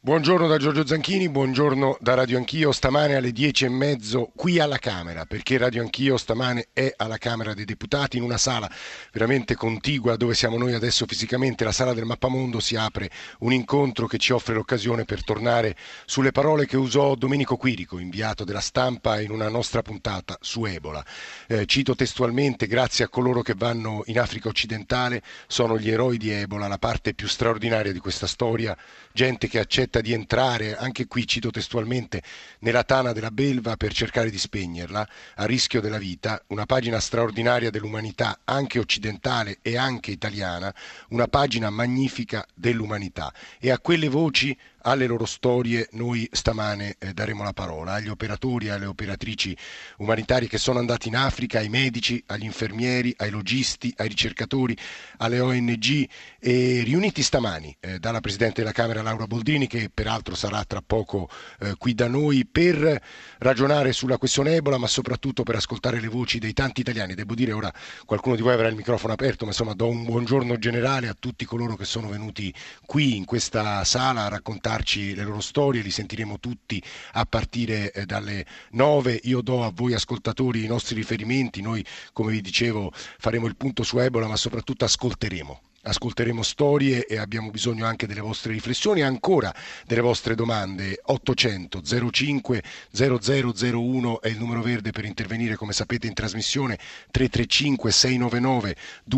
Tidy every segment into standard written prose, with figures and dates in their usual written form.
Buongiorno da Giorgio Zanchini, buongiorno da Radio Anch'io, stamane alle 10:30 qui alla Camera, perché Radio Anch'io stamane è alla Camera dei Deputati in una sala veramente contigua dove siamo noi adesso fisicamente, la sala del Mappamondo. Si apre un incontro che ci offre l'occasione per tornare sulle parole che usò Domenico Quirico, inviato della Stampa, in una nostra puntata su Ebola. Cito testualmente: grazie a coloro che vanno in Africa occidentale, sono gli eroi di Ebola, la parte più straordinaria di questa storia, gente che accetta di entrare, anche qui cito testualmente, nella tana della belva per cercare di spegnerla, a rischio della vita, una pagina straordinaria dell'umanità, anche occidentale e anche italiana, una pagina magnifica dell'umanità. E a quelle voci, alle loro storie, noi stamane daremo la parola, agli operatori e alle operatrici umanitari che sono andati in Africa, ai medici, agli infermieri, ai logisti, ai ricercatori, alle ONG, riuniti stamani dalla Presidente della Camera Laura Boldrini, che peraltro sarà tra poco qui da noi per ragionare sulla questione Ebola, ma soprattutto per ascoltare le voci dei tanti italiani. Devo dire, ora qualcuno di voi avrà il microfono aperto, ma insomma do un buongiorno generale a tutti coloro che sono venuti qui in questa sala a raccontarci le loro storie. Li sentiremo tutti a partire dalle 9. Io do a voi ascoltatori i nostri riferimenti. Noi, come vi dicevo, faremo il punto su Ebola, ma soprattutto ascolteremo storie e abbiamo bisogno anche delle vostre riflessioni e ancora delle vostre domande. 800 05 0001 è il numero verde per intervenire, come sapete, in trasmissione. 335 699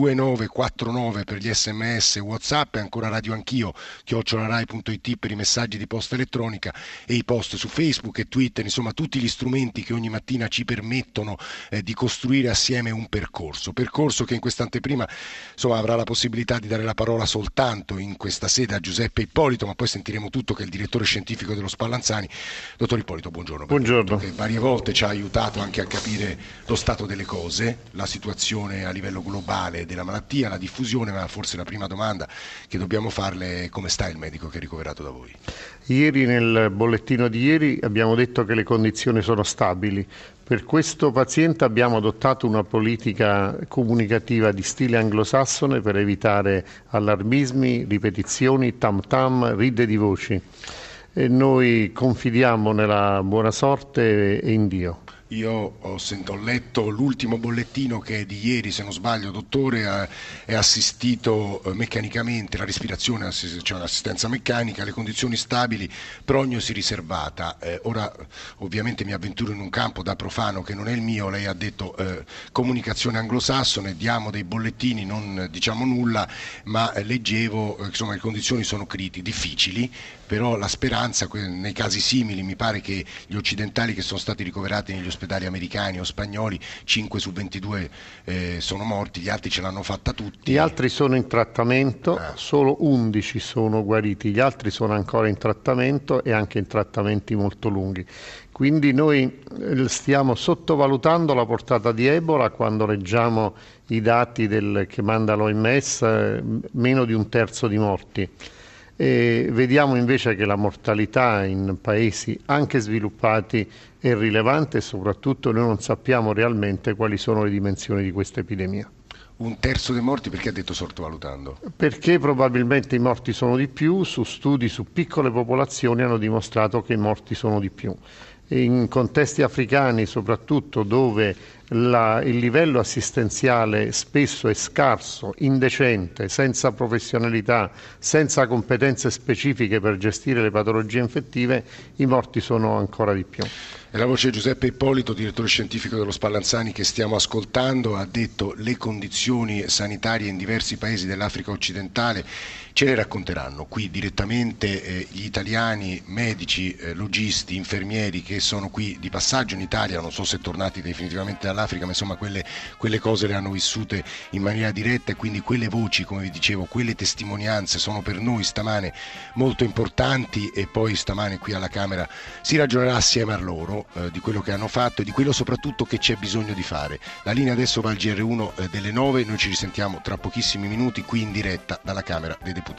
2949 per gli sms WhatsApp, e ancora Radio Anch'io @rai.it per i messaggi di posta elettronica e i post su Facebook e Twitter, insomma tutti gli strumenti che ogni mattina ci permettono di costruire assieme un percorso che in questa anteprima insomma avrà la possibilità di dare la parola soltanto in questa sede a Giuseppe Ippolito, ma poi sentiremo tutto, che è il direttore scientifico dello Spallanzani. Dottor Ippolito, buongiorno. Buongiorno. Che varie volte ci ha aiutato anche a capire lo stato delle cose, la situazione a livello globale della malattia, la diffusione, ma forse la prima domanda che dobbiamo farle è: come sta il medico che è ricoverato da voi? Ieri, nel bollettino di ieri, abbiamo detto che le condizioni sono stabili. Per questo paziente abbiamo adottato una politica comunicativa di stile anglosassone per evitare allarmismi, ripetizioni, tam tam, ride di voci. E noi confidiamo nella buona sorte e in Dio. Io ho letto l'ultimo bollettino, che è di ieri, se non sbaglio, dottore, è assistito meccanicamente, la respirazione, cioè un'assistenza meccanica, le condizioni stabili, prognosi riservata. Ora ovviamente mi avventuro in un campo da profano che non è il mio. Lei ha detto comunicazione anglosassone, diamo dei bollettini, non diciamo nulla, ma leggevo, insomma, le condizioni sono difficili, però la speranza, nei casi simili, mi pare che gli occidentali che sono stati ricoverati negli ospedali americani o spagnoli, 5 su 22 sono morti, gli altri ce l'hanno fatta tutti. Gli altri sono in trattamento, solo 11 sono guariti, gli altri sono ancora in trattamento e anche in trattamenti molto lunghi. Quindi noi stiamo sottovalutando la portata di Ebola quando leggiamo i dati che manda l'OMS, meno di 1/3 di morti. E vediamo invece che la mortalità in paesi anche sviluppati è rilevante, e soprattutto noi non sappiamo realmente quali sono le dimensioni di questa epidemia. 1/3 dei morti, perché ha detto sottovalutando? Perché probabilmente i morti sono di più, su studi su piccole popolazioni hanno dimostrato che i morti sono di più. In contesti africani soprattutto, dove il livello assistenziale spesso è scarso, indecente, senza professionalità, senza competenze specifiche per gestire le patologie infettive, i morti sono ancora di più. È la voce di Giuseppe Ippolito, direttore scientifico dello Spallanzani, che stiamo ascoltando. Ha detto: le condizioni sanitarie in diversi paesi dell'Africa occidentale ce le racconteranno qui direttamente gli italiani, medici, logisti, infermieri che sono qui di passaggio in Italia, non so se tornati definitivamente dall'Africa, ma insomma quelle cose le hanno vissute in maniera diretta, e quindi quelle voci, come vi dicevo, quelle testimonianze sono per noi stamane molto importanti. E poi stamane qui alla Camera si ragionerà assieme a loro di quello che hanno fatto e di quello soprattutto che c'è bisogno di fare. La linea adesso va al GR1 delle 9, noi ci risentiamo tra pochissimi minuti qui in diretta dalla Camera dei Deputati.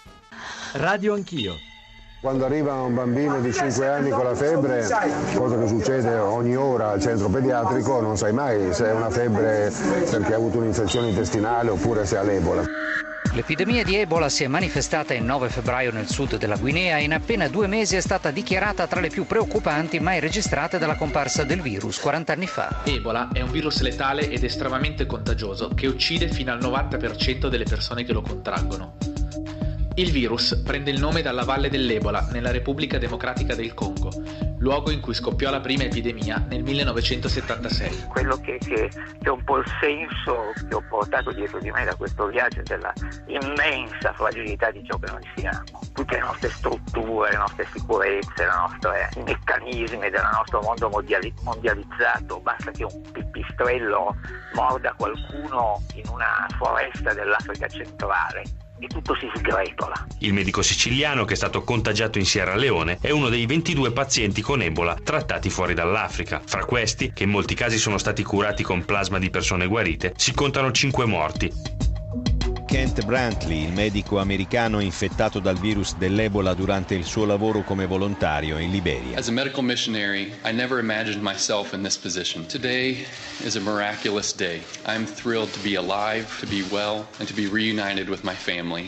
Radio Anch'io. Quando arriva un bambino di 5 anni con la febbre, cosa che succede ogni ora al centro pediatrico, non sai mai se è una febbre perché ha avuto un'infezione intestinale oppure se ha l'Ebola. L'epidemia di Ebola si è manifestata il 9 febbraio nel sud della Guinea e in appena 2 mesi è stata dichiarata tra le più preoccupanti mai registrate dalla comparsa del virus 40 anni fa. Ebola è un virus letale ed estremamente contagioso che uccide fino al 90% delle persone che lo contraggono. Il virus prende il nome dalla valle dell'Ebola nella Repubblica Democratica del Congo, luogo in cui scoppiò la prima epidemia nel 1976. Quello che è un po' il senso che ho portato dietro di me da questo viaggio della immensa fragilità di ciò che noi siamo. Tutte le nostre strutture, le nostre sicurezze, i meccanismi del nostro mondo mondializzato. Basta che un pipistrello morda qualcuno in una foresta dell'Africa centrale e tutto si sgretola. Il medico siciliano, che è stato contagiato in Sierra Leone, è uno dei 22 pazienti con Ebola trattati fuori dall'Africa. Fra questi, che in molti casi sono stati curati con plasma di persone guarite, si contano 5 morti. Kent Brantley, il medico americano infettato dal virus dell'Ebola durante il suo lavoro come volontario in Liberia. As a medical missionary, I never imagined myself in this position. Today is a miraculous day. I'm thrilled to be alive, to be well, and to be reunited with my family.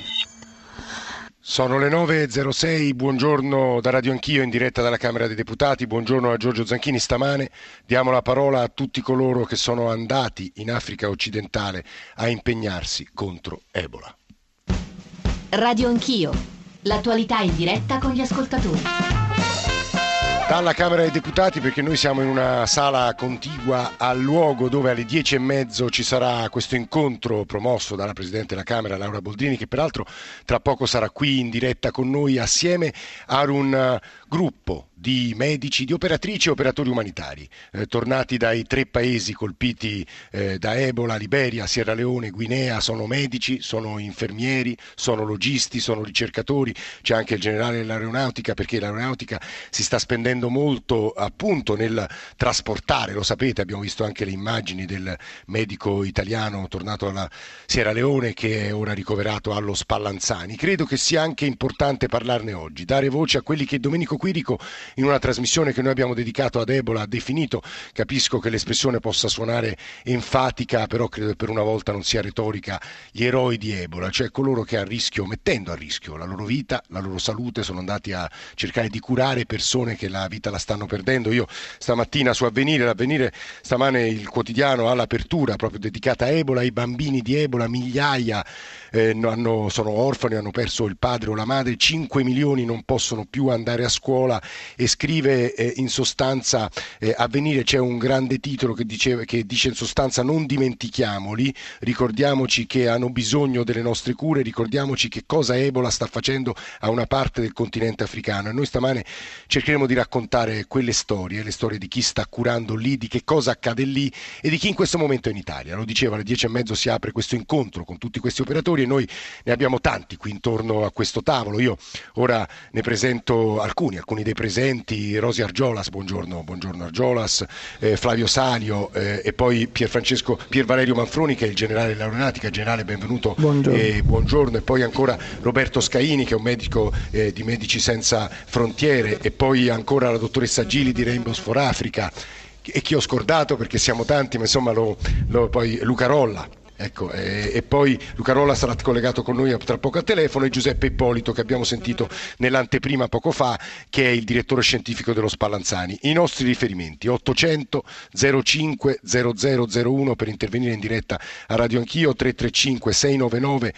Sono le 9.06, buongiorno da Radio Anch'io in diretta dalla Camera dei Deputati, buongiorno a Giorgio Zanchini. Stamane diamo la parola a tutti coloro che sono andati in Africa occidentale a impegnarsi contro Ebola. Radio Anch'io, l'attualità in diretta con gli ascoltatori. Dalla Camera dei Deputati, perché noi siamo in una sala contigua al luogo dove alle 10:30 ci sarà questo incontro promosso dalla Presidente della Camera, Laura Boldrini, che peraltro tra poco sarà qui in diretta con noi assieme a un gruppo di medici, di operatrici e operatori umanitari tornati dai 3 paesi colpiti da Ebola, Liberia, Sierra Leone, Guinea. Sono medici, sono infermieri, sono logisti, sono ricercatori, c'è anche il generale dell'aeronautica, perché l'aeronautica si sta spendendo molto appunto nel trasportare, lo sapete, abbiamo visto anche le immagini del medico italiano tornato dalla Sierra Leone che è ora ricoverato allo Spallanzani. Credo che sia anche importante parlarne oggi, dare voce a quelli che Domenico Quirico, in una trasmissione che noi abbiamo dedicato ad Ebola, ha definito, capisco che l'espressione possa suonare enfatica, però credo che per una volta non sia retorica, gli eroi di Ebola, cioè coloro che mettendo a rischio la loro vita, la loro salute, sono andati a cercare di curare persone che la vita la stanno perdendo. Io stamattina su l'Avvenire stamane il quotidiano ha l'apertura proprio dedicata a Ebola, i bambini di Ebola, migliaia sono orfani, hanno perso il padre o la madre, 5 milioni non possono più andare a scuola, e scrive in sostanza Avvenire, c'è un grande titolo che dice in sostanza: non dimentichiamoli, ricordiamoci che hanno bisogno delle nostre cure, ricordiamoci che cosa Ebola sta facendo a una parte del continente africano, e noi stamane cercheremo di raccontare quelle storie, le storie di chi sta curando lì, di che cosa accade lì e di chi in questo momento è in Italia. Lo dicevo, alle 10:30 si apre questo incontro con tutti questi operatori e noi ne abbiamo tanti qui intorno a questo tavolo. Io ora ne presento alcuni dei presenti: Rosi Argiolas, buongiorno Argiolas, Flavio Salio e poi Pier Valerio Manfroni, che è il generale dell'aeronautica. Generale, benvenuto. Buongiorno. E poi ancora Roberto Scaini, che è un medico di Medici Senza Frontiere, e poi ancora la dottoressa Gili di Rainbows for Africa, e chi ho scordato perché siamo tanti, ma insomma poi Luca Rolla. Ecco, e poi Luca Rolla sarà collegato con noi tra poco al telefono, e Giuseppe Ippolito, che abbiamo sentito nell'anteprima poco fa, che è il direttore scientifico dello Spallanzani. I nostri riferimenti: 800 05 0001 per intervenire in diretta a Radio Anch'io, 335 699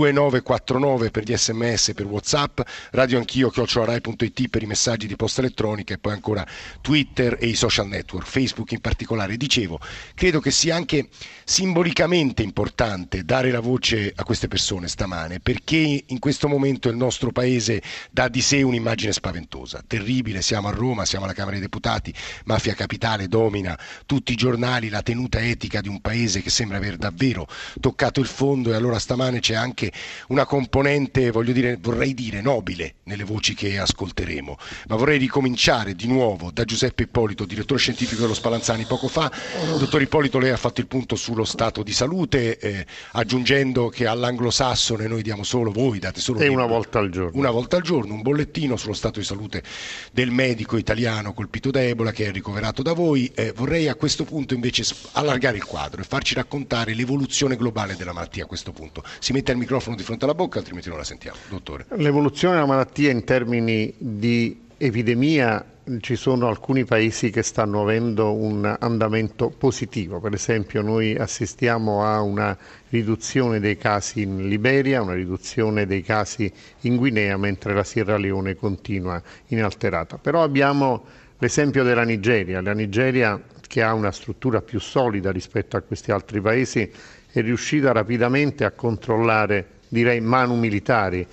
2949 per gli SMS, per WhatsApp, radioanchio@rai.it per i messaggi di posta elettronica, e poi ancora Twitter e i social network, Facebook in particolare. Dicevo, credo che sia anche simbolicamente importante dare la voce a queste persone stamane, perché in questo momento il nostro paese dà di sé un'immagine spaventosa, terribile. Siamo a Roma, siamo alla Camera dei Deputati, mafia capitale domina tutti i giornali, la tenuta etica di un paese che sembra aver davvero toccato il fondo. E allora stamane c'è anche una componente, vorrei dire nobile nelle voci che ascolteremo, ma vorrei ricominciare di nuovo da Giuseppe Ippolito, direttore scientifico dello Spallanzani. Poco fa, dottor Ippolito, lei ha fatto il punto sullo stato di salute salute, aggiungendo che all'anglosassone noi diamo voi date solo una volta al giorno. Una volta al giorno, un bollettino sullo stato di salute del medico italiano colpito da Ebola che è ricoverato da voi. Vorrei a questo punto invece allargare il quadro e farci raccontare l'evoluzione globale della malattia a questo punto. Si mette il microfono di fronte alla bocca, altrimenti non la sentiamo. Dottore. L'evoluzione della malattia in termini di epidemia, ci sono alcuni paesi che stanno avendo un andamento positivo. Per esempio noi assistiamo a una riduzione dei casi in Liberia, una riduzione dei casi in Guinea, mentre la Sierra Leone continua inalterata. Però abbiamo l'esempio della Nigeria. La Nigeria, che ha una struttura più solida rispetto a questi altri paesi, è riuscita rapidamente a controllare, direi manu militari,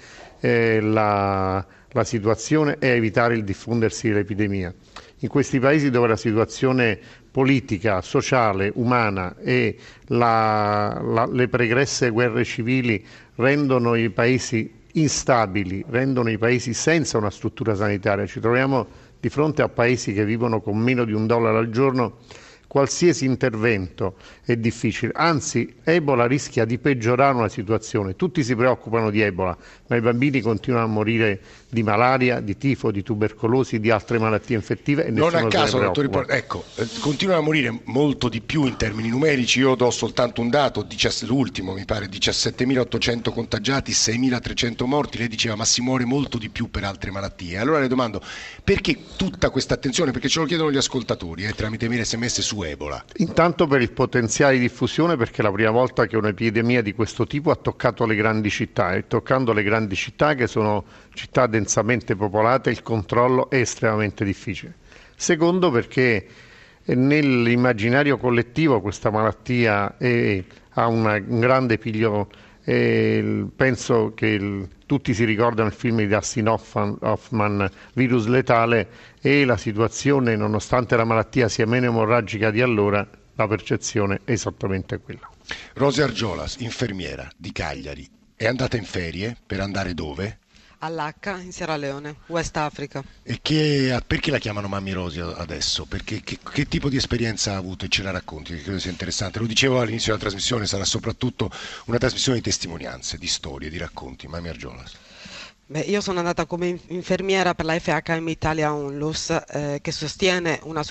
la situazione e a evitare il diffondersi dell'epidemia. In questi paesi dove la situazione politica, sociale, umana e le pregresse guerre civili rendono i paesi instabili, rendono i paesi senza una struttura sanitaria, ci troviamo di fronte a paesi che vivono con meno di $1 al giorno, qualsiasi intervento è difficile, anzi Ebola rischia di peggiorare una situazione. Tutti si preoccupano di Ebola, ma i bambini continuano a morire di malaria, di tifo, di tubercolosi, di altre malattie infettive e non nessuno a caso, se ne preoccupa. Continuano a morire molto di più in termini numerici. Io do soltanto un dato, l'ultimo mi pare, 17.800 contagiati, 6.300 morti. Lei diceva ma si muore molto di più per altre malattie. Allora le domando, perché tutta questa attenzione? Perché ce lo chiedono gli ascoltatori tramite mail SMS su Ebola. Intanto per il potenziale di diffusione, perché è la prima volta che un'epidemia di questo tipo ha toccato le grandi città, e toccando le grandi città, che sono città densamente popolate, il controllo è estremamente difficile. Secondo, perché nell'immaginario collettivo questa malattia ha un grande piglio. Penso che tutti si ricordano il film di Dustin Hoffman, Virus letale, e la situazione, nonostante la malattia sia meno emorragica di allora, la percezione è esattamente quella. Rosa Argiolas, infermiera di Cagliari, è andata in ferie per andare dove? All'H in Sierra Leone, West Africa. E perché la chiamano Mammi Rosy adesso? Perché che tipo di esperienza ha avuto e ce la racconti? Che credo sia interessante. Lo dicevo all'inizio della trasmissione, sarà soprattutto una trasmissione di testimonianze, di storie, di racconti. Mammi Argiolas. Beh, io sono andata come infermiera per la FHM Italia Onlus, che sostiene una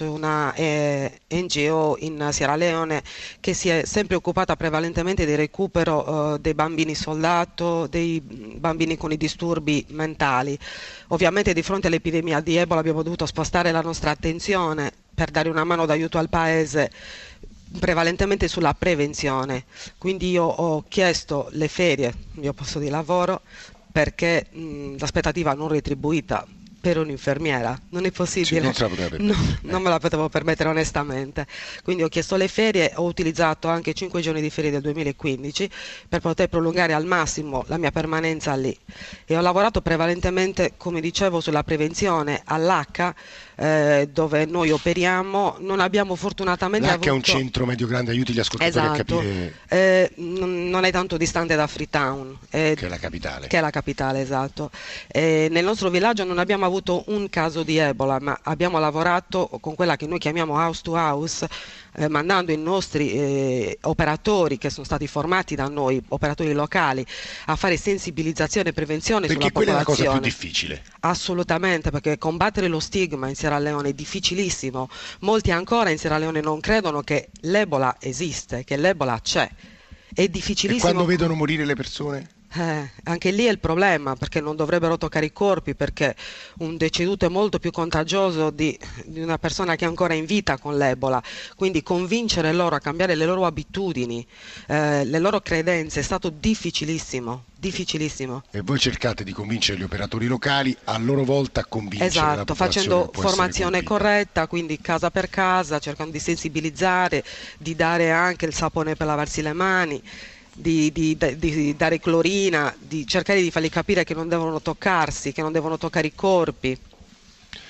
NGO in Sierra Leone che si è sempre occupata prevalentemente del recupero dei bambini soldato, dei bambini con i disturbi mentali. Ovviamente di fronte all'epidemia di Ebola abbiamo dovuto spostare la nostra attenzione per dare una mano d'aiuto al paese prevalentemente sulla prevenzione. Quindi io ho chiesto le ferie, il mio posto di lavoro, perché l'aspettativa non retribuita per un'infermiera non è possibile, non me la potevo permettere onestamente, quindi ho chiesto le ferie, ho utilizzato anche 5 giorni di ferie del 2015 per poter prolungare al massimo la mia permanenza lì, e ho lavorato prevalentemente, come dicevo, sulla prevenzione all'H, dove noi operiamo. Non abbiamo fortunatamente L'H avuto... è un centro medio-grande, aiuti gli ascoltatori a capire. Non è tanto distante da Freetown, che è la capitale. Che è la capitale, esatto. Nel nostro villaggio non abbiamo avuto un caso di Ebola, ma abbiamo lavorato con quella che noi chiamiamo house to house, mandando i nostri operatori che sono stati formati da noi, operatori locali, a fare sensibilizzazione e prevenzione sulla popolazione. Perché quella è la cosa più difficile. Assolutamente, perché combattere lo stigma in Sierra Leone è difficilissimo. Molti ancora in Sierra Leone non credono che l'Ebola esiste, che l'Ebola c'è. È difficilissimo. E quando vedono morire le persone? Anche lì è il problema, perché non dovrebbero toccare i corpi, perché un deceduto è molto più contagioso di una persona che è ancora in vita con l'Ebola, quindi convincere loro a cambiare le loro abitudini, le loro credenze è stato difficilissimo. E voi cercate di convincere gli operatori locali a loro volta a convincere la popolazione, facendo formazione corretta, quindi casa per casa, cercando di sensibilizzare, di dare anche il sapone per lavarsi le mani, di dare clorina, di cercare di fargli capire che non devono toccarsi, che non devono toccare i corpi.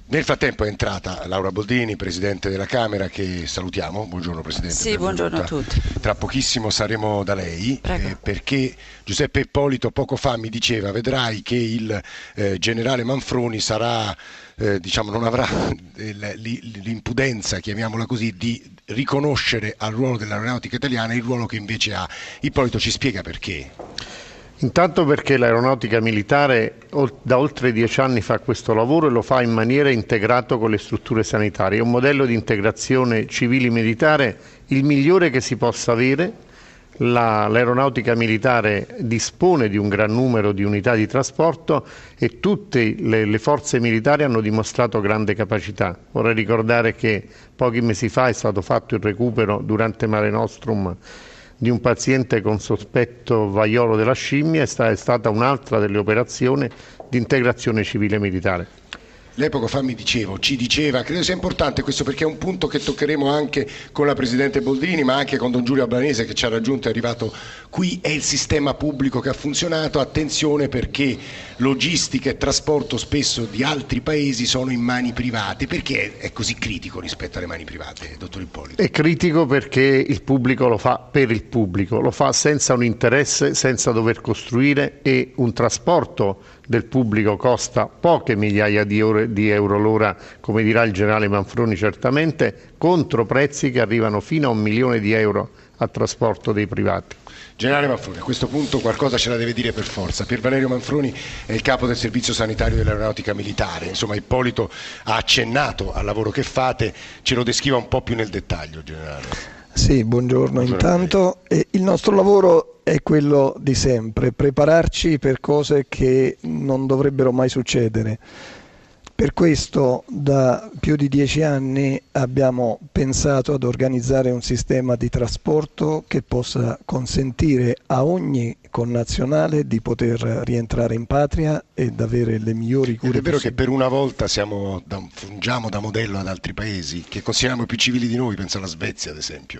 Nel frattempo è entrata Laura Boldrini, Presidente della Camera, che salutiamo. Buongiorno Presidente. Sì, buongiorno a tutti. Tra pochissimo saremo da lei, perché Giuseppe Ippolito poco fa mi diceva: vedrai che il generale Manfroni sarà, non avrà l'impudenza, chiamiamola così, di riconoscere al ruolo dell'aeronautica italiana il ruolo che invece ha. Ippolito ci spiega perché. Intanto perché l'aeronautica militare da oltre 10 anni fa questo lavoro e lo fa in maniera integrata con le strutture sanitarie. È un modello di integrazione civile-militare il migliore che si possa avere. L'aeronautica militare dispone di un gran numero di unità di trasporto e tutte le forze militari hanno dimostrato grande capacità. Vorrei ricordare che pochi mesi fa è stato fatto il recupero durante Mare Nostrum di un paziente con sospetto vaiolo della scimmia. È stata un'altra delle operazioni di integrazione civile militare. Lei poco fa ci diceva, credo sia importante questo perché è un punto che toccheremo anche con la Presidente Boldrini, ma anche con Don Giulio Albanese che ci ha raggiunto, è arrivato qui, è il sistema pubblico che ha funzionato. Attenzione, perché logistica e trasporto spesso di altri paesi sono in mani private. Perché è così critico rispetto alle mani private, dottor Ippolito? È critico perché il pubblico lo fa per il pubblico, lo fa senza un interesse, senza dover costruire, e un trasporto del pubblico costa poche migliaia di euro l'ora, come dirà il generale Manfroni certamente, contro prezzi che arrivano fino a 1 milione di euro a trasporto dei privati. Generale Manfroni, a questo punto qualcosa ce la deve dire per forza. Pier Valerio Manfroni è il capo del servizio sanitario dell'aeronautica militare. Insomma, Ippolito ha accennato al lavoro che fate, ce lo descriva un po' più nel dettaglio, generale. Sì, buongiorno intanto. Il nostro lavoro è quello di sempre, prepararci per cose che non dovrebbero mai succedere. Per questo da più di 10 anni abbiamo pensato ad organizzare un sistema di trasporto che possa consentire a ogni connazionale di poter rientrare in patria ed avere le migliori cure. Ed è vero che per una volta fungiamo da modello ad altri paesi che consideriamo più civili di noi, penso alla Svezia ad esempio.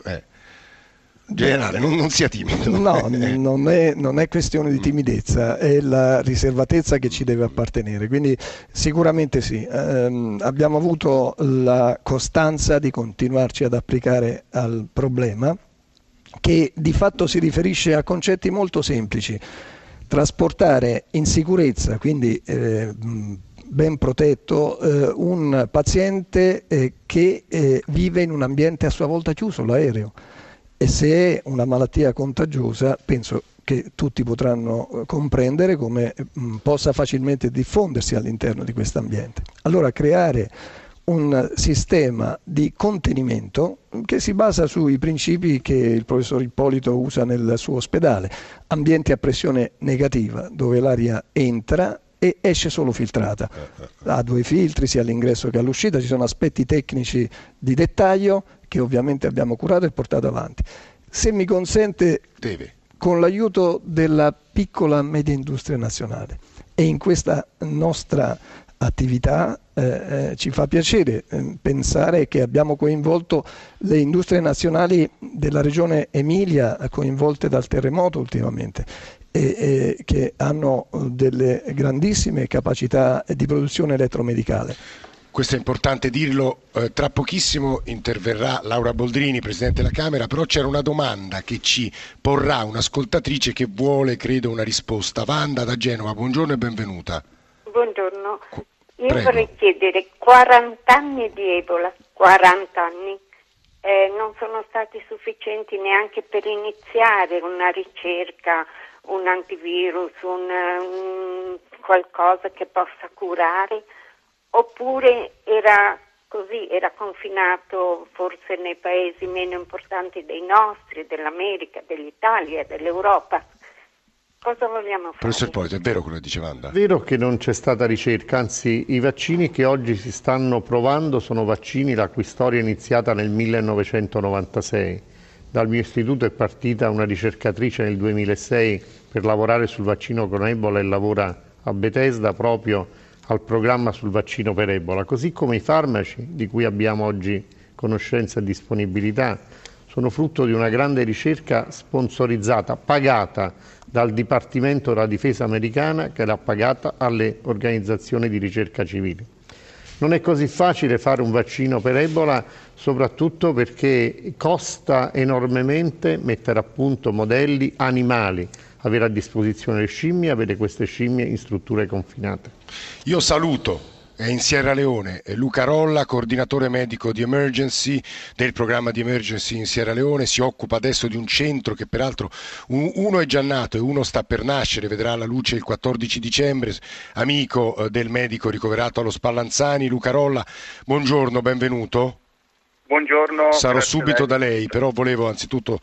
Generale, non sia timido. No, non è questione di timidezza, è la riservatezza che ci deve appartenere, quindi sicuramente sì. Abbiamo avuto la costanza di continuarci ad applicare al problema, che di fatto si riferisce a concetti molto semplici: trasportare in sicurezza, quindi ben protetto, un paziente che vive in un ambiente a sua volta chiuso, l'aereo. E se è una malattia contagiosa, penso che tutti potranno comprendere come possa facilmente diffondersi all'interno di questo ambiente. Allora creare un sistema di contenimento che si basa sui principi che il professor Ippolito usa nel suo ospedale: ambienti a pressione negativa, dove l'aria entra e esce solo filtrata. Ha 2 filtri sia all'ingresso che all'uscita, ci sono aspetti tecnici di dettaglio che ovviamente abbiamo curato e portato avanti. Se mi consente, con l'aiuto della piccola media industria nazionale, e in questa nostra attività ci fa piacere pensare che abbiamo coinvolto le industrie nazionali della regione Emilia, coinvolte dal terremoto ultimamente, e che hanno delle grandissime capacità di produzione elettromedicale. Questo è importante dirlo, tra pochissimo interverrà Laura Boldrini, Presidente della Camera, però c'era una domanda che ci porrà un'ascoltatrice che vuole, credo, una risposta. Wanda da Genova, buongiorno e benvenuta. Buongiorno, io Prego. vorrei chiedere, 40 anni di Ebola, 40 anni, non sono stati sufficienti neanche per iniziare una ricerca, un antivirus, qualcosa che possa curare? Oppure era così, era confinato forse nei paesi meno importanti dei nostri, dell'America, dell'Italia, dell'Europa? Cosa vogliamo fare? Professor Ippolito, è vero quello che dice Wanda? È vero che non c'è stata ricerca, anzi i vaccini che oggi si stanno provando sono vaccini la cui storia è iniziata nel 1996. Dal mio istituto è partita una ricercatrice nel 2006 per lavorare sul vaccino con Ebola e lavora a Bethesda proprio al programma sul vaccino per Ebola, così come i farmaci di cui abbiamo oggi conoscenza e disponibilità sono frutto di una grande ricerca sponsorizzata, pagata dal Dipartimento della Difesa americana, che l'ha pagata alle organizzazioni di ricerca civili. Non è così facile fare un vaccino per Ebola, soprattutto perché costa enormemente mettere a punto modelli animali, avere a disposizione le scimmie, avere queste scimmie in strutture confinate. Io saluto. È in Sierra Leone Luca Rolla, coordinatore medico di Emergency del programma di Emergency in Sierra Leone, si occupa adesso di un centro che peraltro uno è già nato e uno sta per nascere, vedrà la luce il 14 dicembre, amico del medico ricoverato allo Spallanzani. Luca Rolla, buongiorno, benvenuto. Buongiorno. Sarò subito da lei, però volevo anzitutto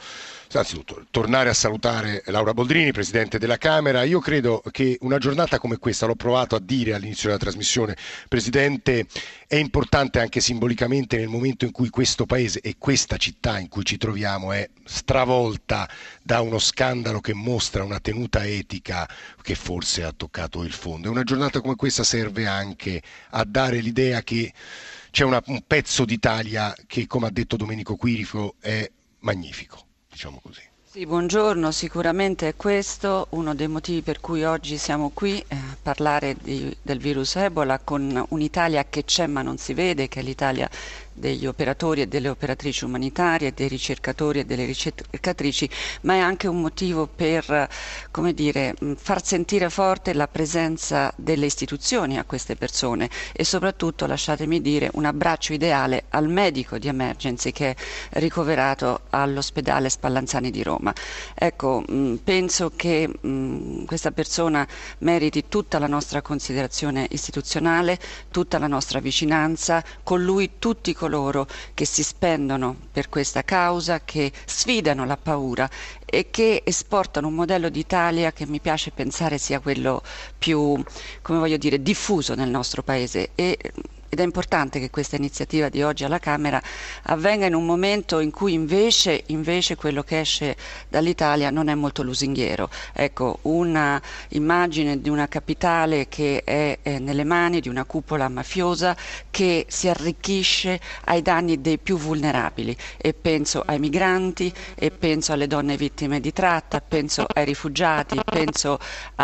tornare a salutare Laura Boldrini, Presidente della Camera. Io credo che una giornata come questa, l'ho provato a dire all'inizio della trasmissione, Presidente, è importante anche simbolicamente nel momento in cui questo Paese e questa città in cui ci troviamo è stravolta da uno scandalo che mostra una tenuta etica che forse ha toccato il fondo. E una giornata come questa serve anche a dare l'idea che c'è un pezzo d'Italia che, come ha detto Domenico Quirico, è magnifico, diciamo così. Sì, buongiorno, sicuramente è questo uno dei motivi per cui oggi siamo qui a parlare del virus Ebola, con un'Italia che c'è ma non si vede, che è l'Italia degli operatori e delle operatrici umanitarie, dei ricercatori e delle ricercatrici, ma è anche un motivo per, come dire, far sentire forte la presenza delle istituzioni a queste persone e soprattutto, lasciatemi dire, un abbraccio ideale al medico di Emergency che è ricoverato all'ospedale Spallanzani di Roma. Ecco, penso che questa persona meriti tutta la nostra considerazione istituzionale, tutta la nostra vicinanza, con lui tutti coloro che si spendono per questa causa, che sfidano la paura e che esportano un modello d'Italia che mi piace pensare sia quello più, come voglio dire, diffuso nel nostro Paese. Ed è importante che questa iniziativa di oggi alla Camera avvenga in un momento in cui invece quello che esce dall'Italia non è molto lusinghiero. Ecco, una immagine di una capitale che è nelle mani di una cupola mafiosa che si arricchisce ai danni dei più vulnerabili, e penso ai migranti, e penso alle donne vittime di tratta, penso ai rifugiati, penso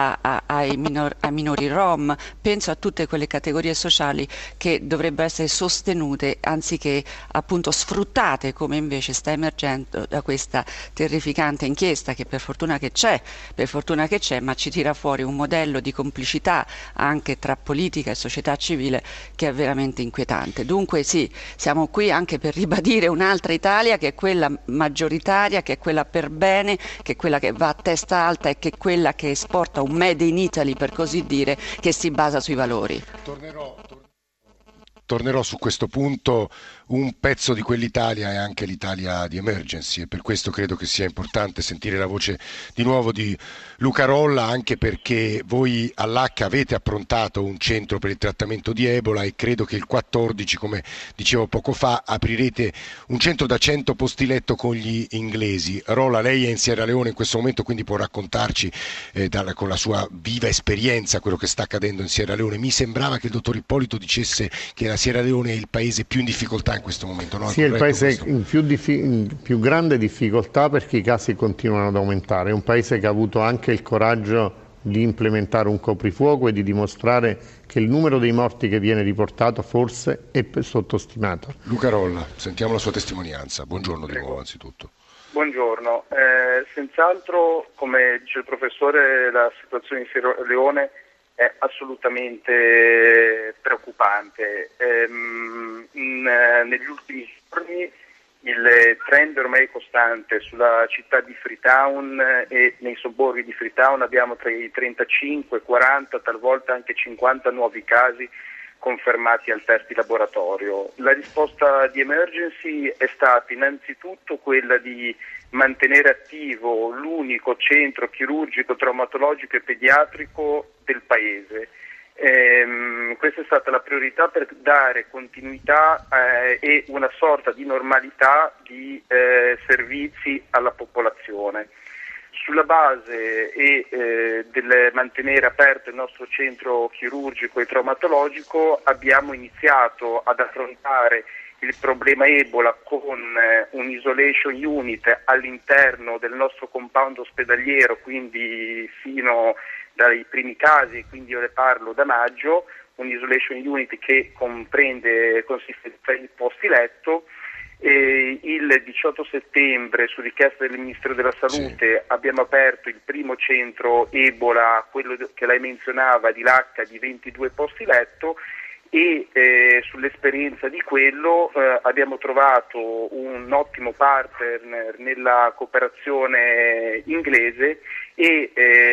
ai minori rom, penso a tutte quelle categorie sociali che dovrebbero essere sostenute anziché appunto sfruttate, come invece sta emergendo da questa terrificante inchiesta che per fortuna che c'è, ma ci tira fuori un modello di complicità anche tra politica e società civile che è veramente inquietante. Dunque sì, siamo qui anche per ribadire un'altra Italia, che è quella maggioritaria, che è quella per bene, che è quella che va a testa alta e che è quella che esporta un made in Italy, per così dire, che si basa sui valori. Tornerò su questo punto. Un pezzo di quell'Italia è anche l'Italia di Emergency, e per questo credo che sia importante sentire la voce di nuovo di Luca Rolla, anche perché voi all'H avete approntato un centro per il trattamento di Ebola e credo che il 14, come dicevo poco fa, aprirete un centro da 100 posti letto con gli inglesi. Rolla, lei è in Sierra Leone in questo momento, quindi può raccontarci con la sua viva esperienza quello che sta accadendo in Sierra Leone. Mi sembrava che il dottor Ippolito dicesse che la Sierra Leone è il paese più in difficoltà in questo momento, no? Sì, è il paese in più grande difficoltà perché i casi continuano ad aumentare. È un paese che ha avuto anche il coraggio di implementare un coprifuoco e di dimostrare che il numero dei morti che viene riportato forse è sottostimato. Luca Rolla, sentiamo la sua testimonianza. Buongiorno di nuovo anzitutto. Buongiorno, senz'altro, come dice il professore, la situazione in Sierra Leone è assolutamente preoccupante. Negli ultimi giorni il trend ormai costante sulla città di Freetown e nei sobborghi di Freetown abbiamo tra i 35, 40, talvolta anche 50 nuovi casi confermati al test di laboratorio. La risposta di Emergency è stata innanzitutto quella di mantenere attivo l'unico centro chirurgico, traumatologico e pediatrico del paese. Questa è stata la priorità per dare continuità e una sorta di normalità di servizi alla popolazione. Sulla base del mantenere aperto il nostro centro chirurgico e traumatologico abbiamo iniziato ad affrontare il problema Ebola con un isolation unit all'interno del nostro compound ospedaliero, quindi fino dai primi casi, quindi io le parlo da maggio, un isolation unit che consiste in 3 posti letto. Il 18 settembre, su richiesta del Ministero della Salute, abbiamo aperto il primo centro Ebola, quello che lei menzionava, di Lacca, di 22 posti letto, e sull'esperienza di quello abbiamo trovato un ottimo partner nella cooperazione inglese e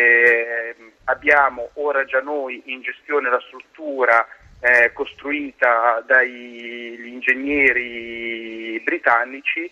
abbiamo ora già noi in gestione la struttura costruita dagli ingegneri britannici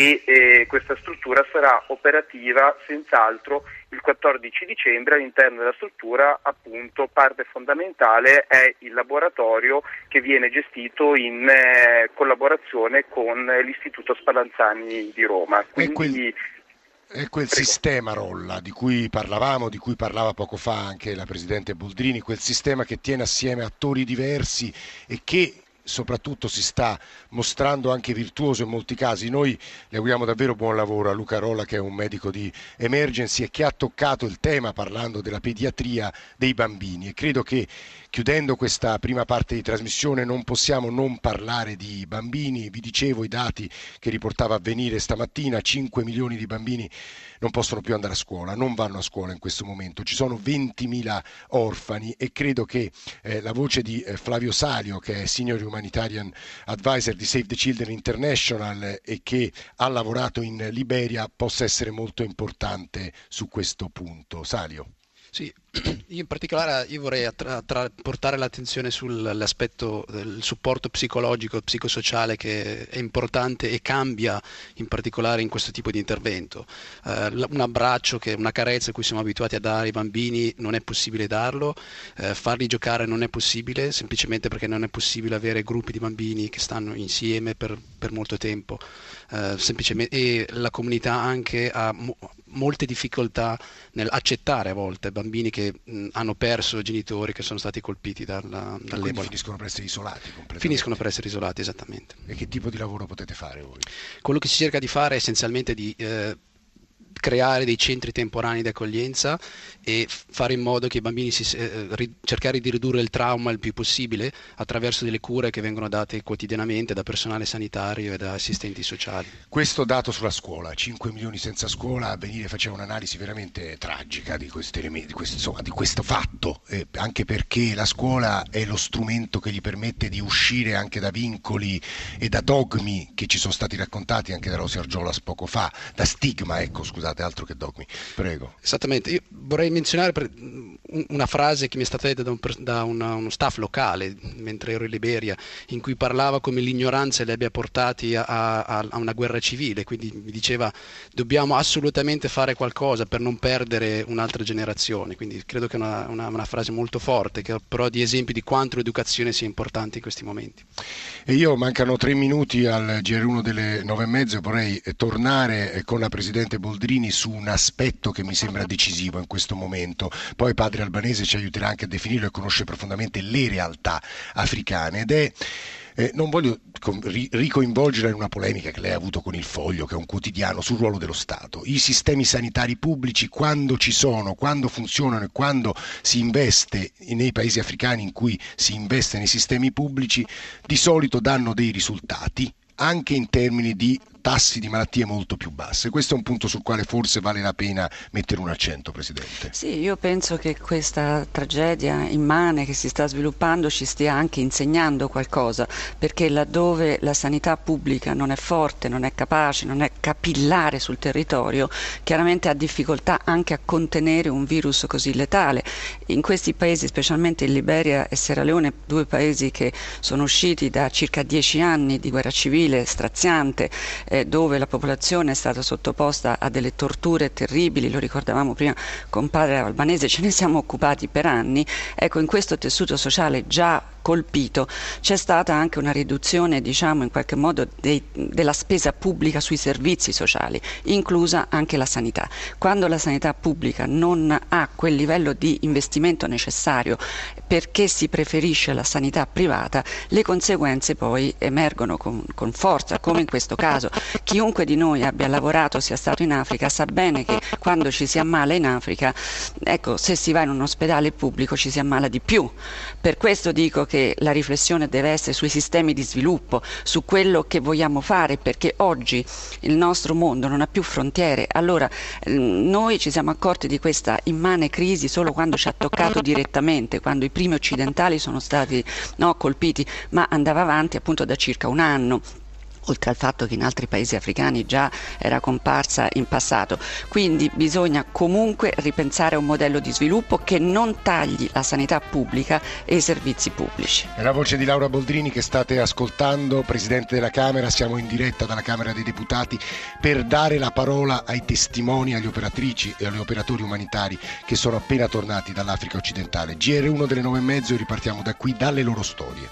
e questa struttura sarà operativa senz'altro il 14 dicembre. All'interno della struttura, appunto, parte fondamentale è il laboratorio che viene gestito in collaborazione con l'Istituto Spallanzani di Roma. Quindi è quel sistema Rolla di cui parlavamo, di cui parlava poco fa anche la Presidente Boldrini, quel sistema che tiene assieme attori diversi e che soprattutto si sta mostrando anche virtuoso in molti casi. Noi le auguriamo davvero buon lavoro a Luca Rolla, che è un medico di emergency e che ha toccato il tema parlando della pediatria dei bambini, e credo che chiudendo questa prima parte di trasmissione non possiamo non parlare di bambini. Vi dicevo i dati che riportava Avvenire stamattina: 5 milioni di bambini non possono più andare a scuola, non vanno a scuola in questo momento, ci sono 20.000 orfani, e credo che la voce di Flavio Salio, che è Senior Humanitarian Advisor di Save the Children International e che ha lavorato in Liberia, possa essere molto importante su questo punto. Salio. Sì, in particolare io vorrei portare l'attenzione sull'aspetto del supporto psicologico e psicosociale, che è importante e cambia in particolare in questo tipo di intervento. Un abbraccio, una carezza a cui siamo abituati a dare ai bambini, non è possibile darlo, farli giocare non è possibile, semplicemente perché non è possibile avere gruppi di bambini che stanno insieme per molto tempo, semplicemente, e la comunità anche ha molte difficoltà nell'accettare a volte bambini che hanno perso genitori, che sono stati colpiti dall'Ebola. Finiscono per essere isolati completamente. Finiscono per essere isolati, esattamente. E che tipo di lavoro potete fare voi? Quello che si cerca di fare è essenzialmente di creare dei centri temporanei di accoglienza e fare in modo che i bambini cercare di ridurre il trauma il più possibile attraverso delle cure che vengono date quotidianamente da personale sanitario e da assistenti sociali. Questo dato sulla scuola, 5 milioni senza scuola, Avvenire faceva un'analisi veramente tragica di questo fatto, anche perché la scuola è lo strumento che gli permette di uscire anche da vincoli e da dogmi che ci sono stati raccontati anche da Rosy Argiolas poco fa, da stigma, scusate, altro che dogmi. Prego. Esattamente, io vorrei menzionare una frase che mi è stata detta da uno staff locale mentre ero in Liberia, in cui parlava come l'ignoranza li abbia portati a una guerra civile, quindi mi diceva dobbiamo assolutamente fare qualcosa per non perdere un'altra generazione, quindi credo che è una frase molto forte, che però di esempio di quanto l'educazione sia importante in questi momenti. E io, mancano 3 minuti al GR1 delle 9:30, vorrei tornare con la Presidente Boldrini su un aspetto che mi sembra decisivo in questo momento. Poi padre Albanese ci aiuterà anche a definirlo e conosce profondamente le realtà africane, ed è non voglio ricoinvolgere in una polemica che lei ha avuto con Il Foglio, che è un quotidiano, sul ruolo dello Stato. I sistemi sanitari pubblici, quando ci sono, quando funzionano e quando si investe nei paesi africani in cui si investe nei sistemi pubblici, di solito danno dei risultati anche in termini di tassi di malattie molto più basse. Questo è un punto sul quale forse vale la pena mettere un accento, Presidente. Sì, io penso che questa tragedia immane che si sta sviluppando ci stia anche insegnando qualcosa, perché laddove la sanità pubblica non è forte, non è capace, non è capillare sul territorio, chiaramente ha difficoltà anche a contenere un virus così letale. In questi paesi, specialmente in Liberia e Sierra Leone, 2 paesi che sono usciti da circa 10 anni di guerra civile straziante, dove la popolazione è stata sottoposta a delle torture terribili, lo ricordavamo prima con padre Albanese, ce ne siamo occupati per anni. Ecco, in questo tessuto sociale già colpito c'è stata anche una riduzione, diciamo, in qualche modo della spesa pubblica sui servizi sociali, inclusa anche la sanità. Quando la sanità pubblica non ha quel livello di investimento necessario perché si preferisce la sanità privata, le conseguenze poi emergono con forza, come in questo caso. Chiunque di noi abbia lavorato, sia stato in Africa, sa bene che quando ci si ammala in Africa, ecco, se si va in un ospedale pubblico ci si ammala di più. Per questo dico che la riflessione deve essere sui sistemi di sviluppo, su quello che vogliamo fare, perché oggi il nostro mondo non ha più frontiere. Allora noi ci siamo accorti di questa immane crisi solo quando ci ha toccato direttamente, quando i primi occidentali sono stati colpiti, ma andava avanti appunto da circa un anno, oltre al fatto che in altri paesi africani già era comparsa in passato. Quindi bisogna comunque ripensare a un modello di sviluppo che non tagli la sanità pubblica e i servizi pubblici. È la voce di Laura Boldrini che state ascoltando, Presidente della Camera. Siamo in diretta dalla Camera dei Deputati per dare la parola ai testimoni, agli operatrici e agli operatori umanitari che sono appena tornati dall'Africa occidentale. GR1 delle 9:30 e ripartiamo da qui, dalle loro storie.